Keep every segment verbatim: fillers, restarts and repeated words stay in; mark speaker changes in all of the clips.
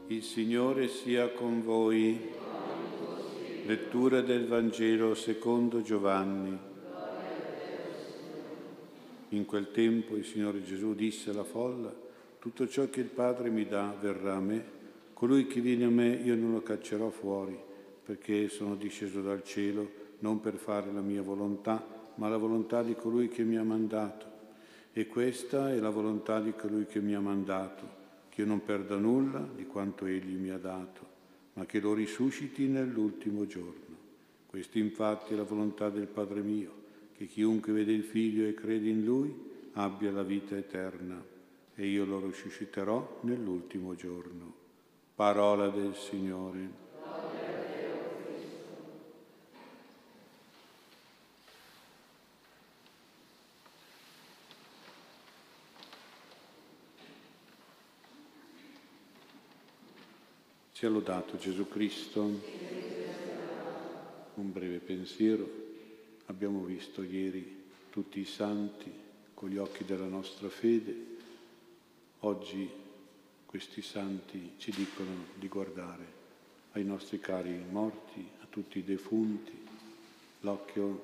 Speaker 1: Il Signore sia con voi. Lettura del Vangelo secondo Giovanni. In quel tempo il Signore Gesù disse alla folla: tutto ciò che il Padre mi dà verrà a me. Colui che viene a me io non lo caccerò fuori, perché sono disceso dal cielo non per fare la mia volontà, ma la volontà di colui che mi ha mandato. E questa è la volontà di colui che mi ha mandato, che io non perda nulla di quanto egli mi ha dato, ma che lo risusciti nell'ultimo giorno. Questa infatti è la volontà del Padre mio, che chiunque vede il Figlio e crede in Lui abbia la vita eterna, e io lo risusciterò nell'ultimo giorno. Parola del Signore. Sia lodato Gesù Cristo. Un breve pensiero. Abbiamo visto ieri tutti i santi con gli occhi della nostra fede. Oggi questi santi ci dicono di guardare ai nostri cari morti, a tutti i defunti. L'occhio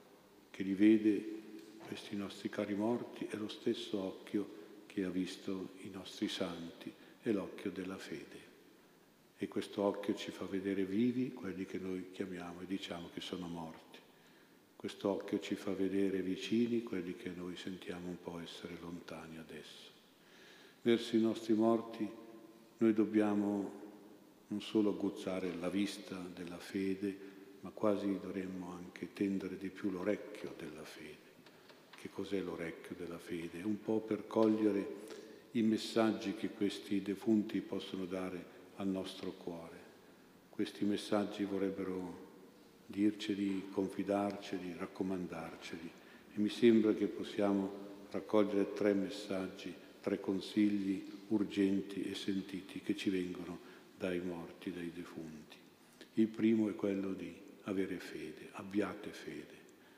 Speaker 1: che li vede, questi nostri cari morti, è lo stesso occhio che ha visto i nostri santi, è l'occhio della fede. E questo occhio ci fa vedere vivi quelli che noi chiamiamo e diciamo che sono morti. Questo occhio ci fa vedere vicini quelli che noi sentiamo un po' essere lontani adesso. Verso i nostri morti noi dobbiamo non solo aguzzare la vista della fede, ma quasi dovremmo anche tendere di più l'orecchio della fede. Che cos'è l'orecchio della fede? Un po' per cogliere i messaggi che questi defunti possono dare al nostro cuore. Questi messaggi vorrebbero dirceli, confidarceli, raccomandarceli, e mi sembra che possiamo raccogliere tre messaggi, tre consigli urgenti e sentiti che ci vengono dai morti, dai defunti. Il primo è quello di avere fede, abbiate fede,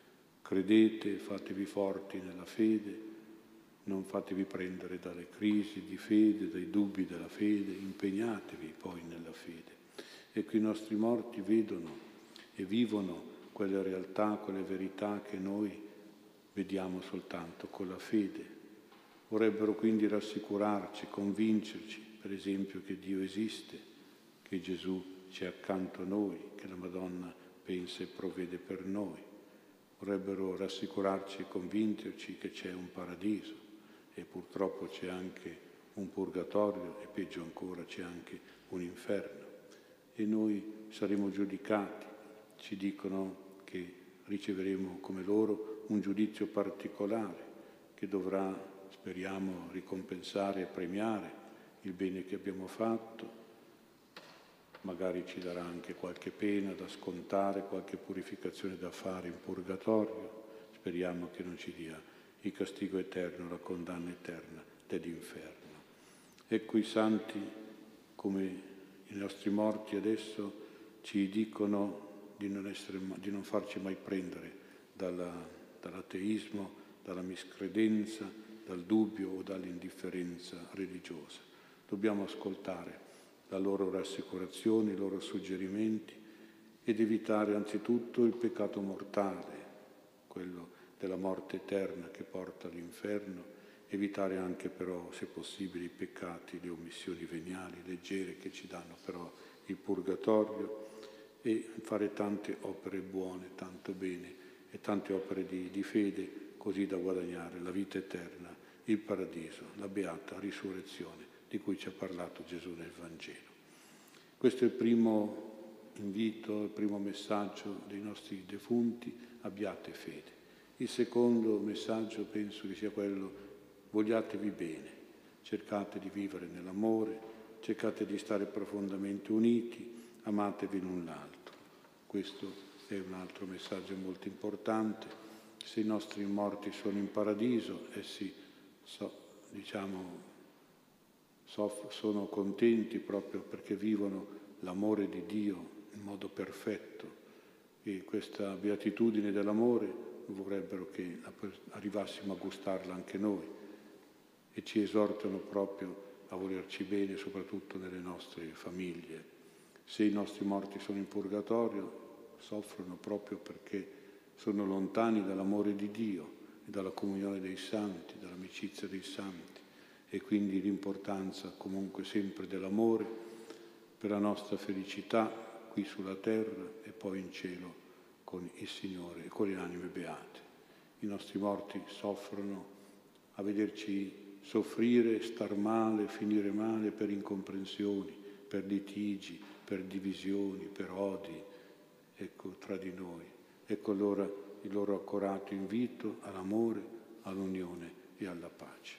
Speaker 1: credete, fatevi forti nella fede, non fatevi prendere dalle crisi di fede, dai dubbi della fede, impegnatevi poi nella fede. E che i nostri morti vedono e vivono quelle realtà, quelle verità che noi vediamo soltanto con la fede. Vorrebbero quindi rassicurarci, convincerci, per esempio, che Dio esiste, che Gesù c'è accanto a noi, che la Madonna pensa e provvede per noi. Vorrebbero rassicurarci e convincerci che c'è un paradiso, e purtroppo c'è anche un purgatorio, e peggio ancora c'è anche un inferno. E noi saremo giudicati, ci dicono che riceveremo come loro un giudizio particolare che dovrà, speriamo, ricompensare e premiare il bene che abbiamo fatto. Magari ci darà anche qualche pena da scontare, qualche purificazione da fare in purgatorio. Speriamo che non ci dia il castigo eterno, la condanna eterna dell'inferno. Ecco, i santi, come i nostri morti adesso, ci dicono di non, essere, di non farci mai prendere dalla, dall'ateismo, dalla miscredenza, dal dubbio o dall'indifferenza religiosa. Dobbiamo ascoltare la loro rassicurazione, i loro suggerimenti, ed evitare anzitutto il peccato mortale, quello della morte eterna che porta all'inferno, evitare anche però, se possibile, i peccati, le omissioni veniali, leggere, che ci danno però il purgatorio, e fare tante opere buone, tanto bene, e tante opere di, di fede, così da guadagnare la vita eterna, il paradiso, la beata risurrezione di cui ci ha parlato Gesù nel Vangelo. Questo è il primo invito, il primo messaggio dei nostri defunti: abbiate fede. Il secondo messaggio penso che sia quello: vogliatevi bene, cercate di vivere nell'amore, cercate di stare profondamente uniti, amatevi l'un l'altro. Questo è un altro messaggio molto importante. Se i nostri morti sono in paradiso, essi so, diciamo, so, sono contenti proprio perché vivono l'amore di Dio in modo perfetto, e questa beatitudine dell'amore vorrebbero che arrivassimo a gustarla anche noi, e ci esortano proprio a volerci bene, soprattutto nelle nostre famiglie. Se i nostri morti sono in purgatorio, soffrono proprio perché sono lontani dall'amore di Dio e dalla comunione dei santi, dall'amicizia dei santi, e quindi l'importanza comunque sempre dell'amore per la nostra felicità qui sulla terra e poi in cielo con il Signore e con le anime beate. I nostri morti soffrono a vederci soffrire, star male, finire male per incomprensioni, per litigi, per divisioni, per odi, ecco, tra di noi. Ecco allora il loro accorato invito all'amore, all'unione e alla pace.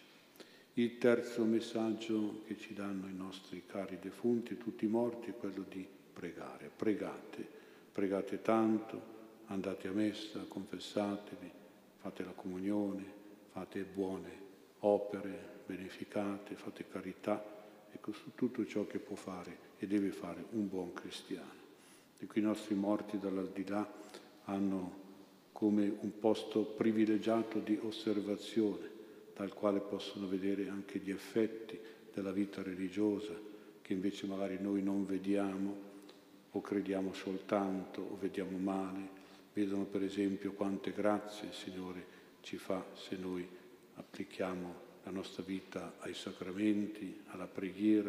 Speaker 1: Il terzo messaggio che ci danno i nostri cari defunti, tutti morti, è quello di pregare. Pregate, pregate tanto, andate a messa, confessatevi, fate la comunione, fate buone opere, beneficate, fate carità, ecco, su tutto ciò che può fare e deve fare un buon cristiano. E qui i nostri morti dall'aldilà hanno come un posto privilegiato di osservazione, dal quale possono vedere anche gli effetti della vita religiosa, che invece magari noi non vediamo o crediamo soltanto o vediamo male. Vedono per esempio quante grazie il Signore ci fa se noi applichiamo la nostra vita ai sacramenti, alla preghiera,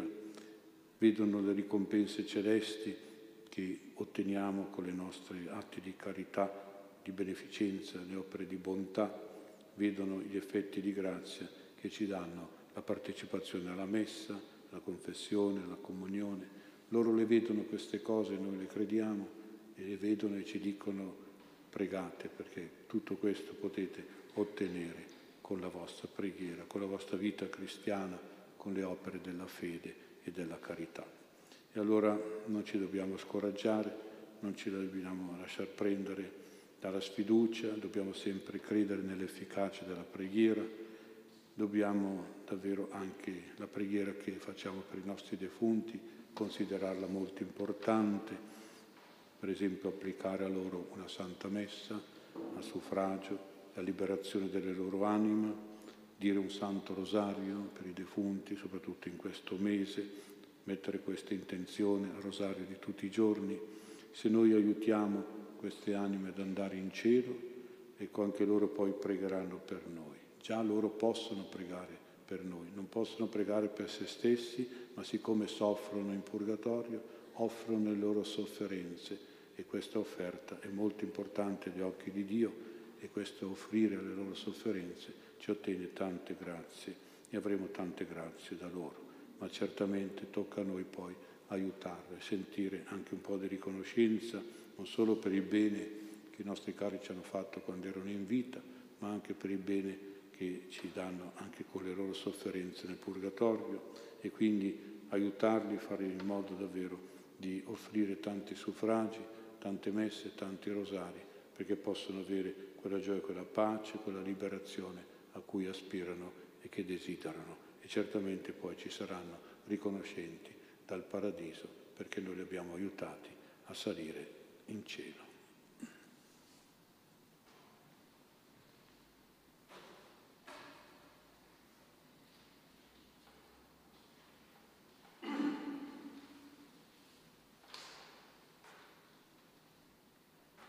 Speaker 1: vedono le ricompense celesti che otteniamo con le nostre atti di carità, di beneficenza, le opere di bontà, vedono gli effetti di grazia che ci danno la partecipazione alla messa, la confessione, la comunione. Loro le vedono queste cose, noi le crediamo e le vedono e ci dicono pregate, perché tutto questo potete ottenere con la vostra preghiera, con la vostra vita cristiana, con le opere della fede e della carità. E allora non ci dobbiamo scoraggiare, non ci dobbiamo lasciar prendere dalla sfiducia, dobbiamo sempre credere nell'efficacia della preghiera, dobbiamo davvero anche la preghiera che facciamo per i nostri defunti considerarla molto importante, per esempio applicare a loro una Santa Messa, a suffragio, la liberazione delle loro anime, dire un Santo Rosario per i defunti, soprattutto in questo mese, mettere questa intenzione al Rosario di tutti i giorni. Se noi aiutiamo queste anime ad andare in cielo, ecco anche loro poi pregheranno per noi. Già loro possono pregare per noi, non possono pregare per se stessi, ma siccome soffrono in purgatorio, offrono le loro sofferenze e questa offerta è molto importante agli occhi di Dio e questo offrire le loro sofferenze ci ottiene tante grazie e avremo tante grazie da loro, ma certamente tocca a noi poi aiutarle, sentire anche un po' di riconoscenza, non solo per il bene che i nostri cari ci hanno fatto quando erano in vita, ma anche per il bene che ci danno anche con le loro sofferenze nel purgatorio e quindi aiutarli a fare in modo davvero di offrire tanti suffragi, tante messe, tanti rosari, perché possono avere quella gioia, quella pace, quella liberazione a cui aspirano e che desiderano. E certamente poi ci saranno riconoscenti dal paradiso perché noi li abbiamo aiutati a salire in cielo.